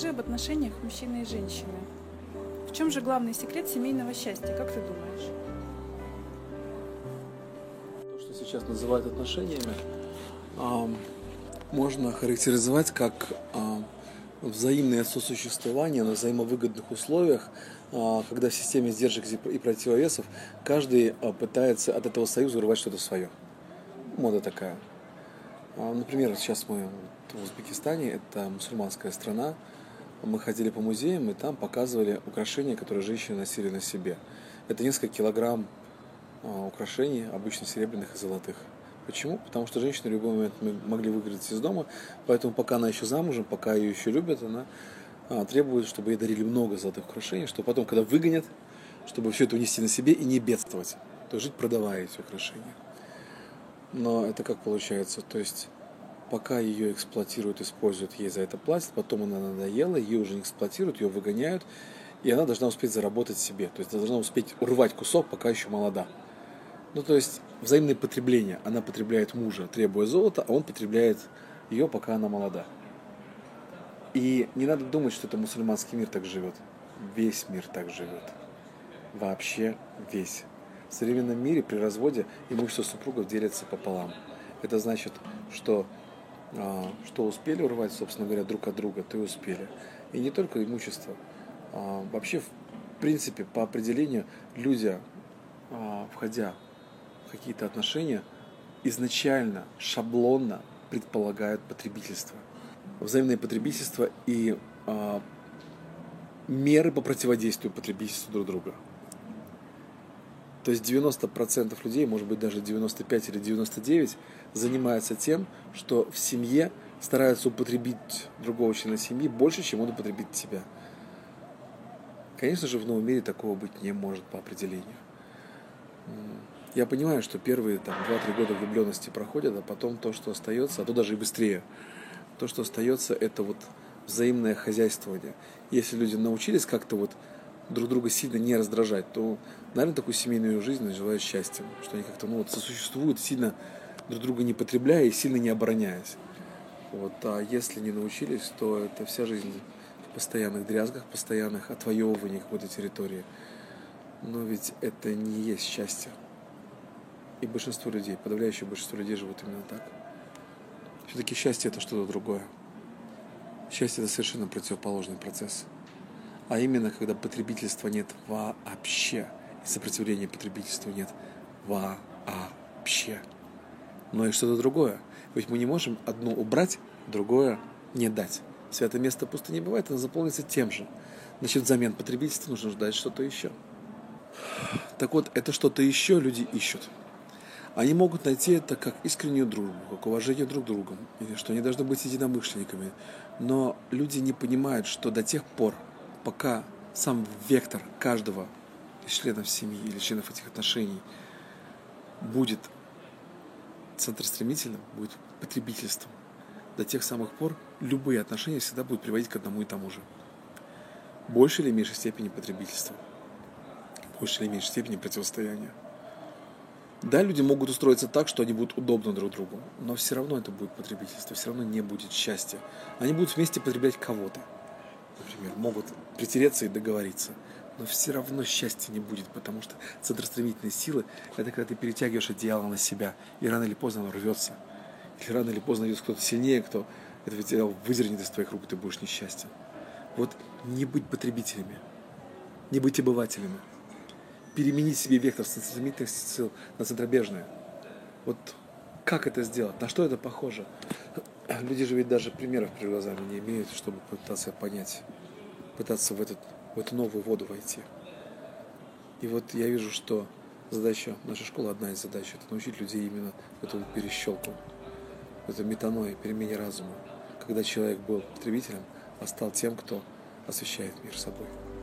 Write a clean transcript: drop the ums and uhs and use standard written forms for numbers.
Расскажи об отношениях мужчины и женщины. В чем же главный секрет семейного счастья, как ты думаешь? То, что сейчас называют отношениями, можно характеризовать как взаимное сосуществование на взаимовыгодных условиях, когда в системе сдержек и противовесов каждый пытается от этого союза урвать что-то свое. Мода такая. Например, сейчас мы в Узбекистане, это мусульманская страна, мы ходили по музеям и там показывали украшения, которые женщины носили на себе. Это несколько килограмм украшений, обычно серебряных и золотых. Почему? Потому что женщины в любой момент могли выгореть из дома, поэтому пока она еще замужем, пока ее еще любят, она требует, чтобы ей дарили много золотых украшений, чтобы потом, когда выгонят, чтобы все это унести на себе и не бедствовать, то жить, продавая эти украшения. Но это как получается? То есть пока ее эксплуатируют, используют, ей за это платят, потом она надоела, ее уже не эксплуатируют, ее выгоняют, и она должна успеть заработать себе. То есть должна успеть урвать кусок, пока еще молода. Ну, то есть взаимное потребление. Она потребляет мужа, требуя золота, а он потребляет ее, пока она молода. И не надо думать, что это мусульманский мир так живет. Весь мир так живет. Вообще весь. В современном мире при разводе имущество супругов делится пополам. Это значит, что успели урвать, собственно говоря, друг от друга, то и успели. И не только имущество. Вообще, в принципе, по определению, люди, входя в какие-то отношения, изначально, шаблонно предполагают потребительство. Взаимное потребительство и меры по противодействию потребительству друг друга. То есть 90% людей, может быть даже 95 или 99, занимаются тем, что в семье стараются употребить другого члена семьи больше, чем он употребит тебя. Конечно же, в новом мире такого быть не может по определению. Я понимаю, что первые 2-3 года влюбленности проходят, а потом то, что остается, а то даже и быстрее, то, что остается, это взаимное хозяйствование. Если люди научились как-то друг друга сильно не раздражать, то, наверное, такую семейную жизнь желают счастьем, что они как-то сосуществуют, сильно друг друга не потребляя и сильно не обороняясь. А если не научились, то это вся жизнь в постоянных дрязгах, постоянных отвоевываниях какой-то территории. Но ведь это не есть счастье. И большинство людей, подавляющее большинство людей живут именно так. Все-таки счастье – это что-то другое. Счастье – это совершенно противоположный процесс. А именно, когда потребительства нет вообще, и сопротивления потребительству нет вообще. Но и что-то другое. Ведь мы не можем одно убрать, другое не дать. Святое место пусто не бывает, оно заполнится тем же. Значит, взамен потребительства нужно ждать что-то еще. Так вот, это что-то еще люди ищут. Они могут найти это как искреннюю дружбу, как уважение друг к другу, или что они должны быть единомышленниками. Но люди не понимают, что до тех пор, пока сам вектор каждого из членов семьи или членов этих отношений будет центростремительным, будет потребительством, до тех самых пор любые отношения всегда будут приводить к одному и тому же. В большей или меньшей степени потребительства, в большей или меньшей степени противостояния. Да, люди могут устроиться так, что они будут удобны друг другу, но все равно это будет потребительство, все равно не будет счастья. Они будут вместе потреблять кого-то. Например, могут притереться и договориться. Но все равно счастья не будет, потому что центростремительные силы – это когда ты перетягиваешь одеяло на себя, и рано или поздно оно рвется. Или рано или поздно найдется кто-то сильнее, кто это одеяло выдернет из твоих рук, и ты будешь несчастен. Не быть потребителями, не быть обывателями. Переменить себе вектор с центростремительных сил на центробежные. Как это сделать? На что это похоже? Люди же ведь даже примеров перед глазами не имеют, чтобы пытаться понять, пытаться в эту новую воду войти. И я вижу, что задача нашей школы, одна из задач, это научить людей именно этому перещелку, это метаноя, перемене разума, когда человек был потребителем, а стал тем, кто освещает мир собой.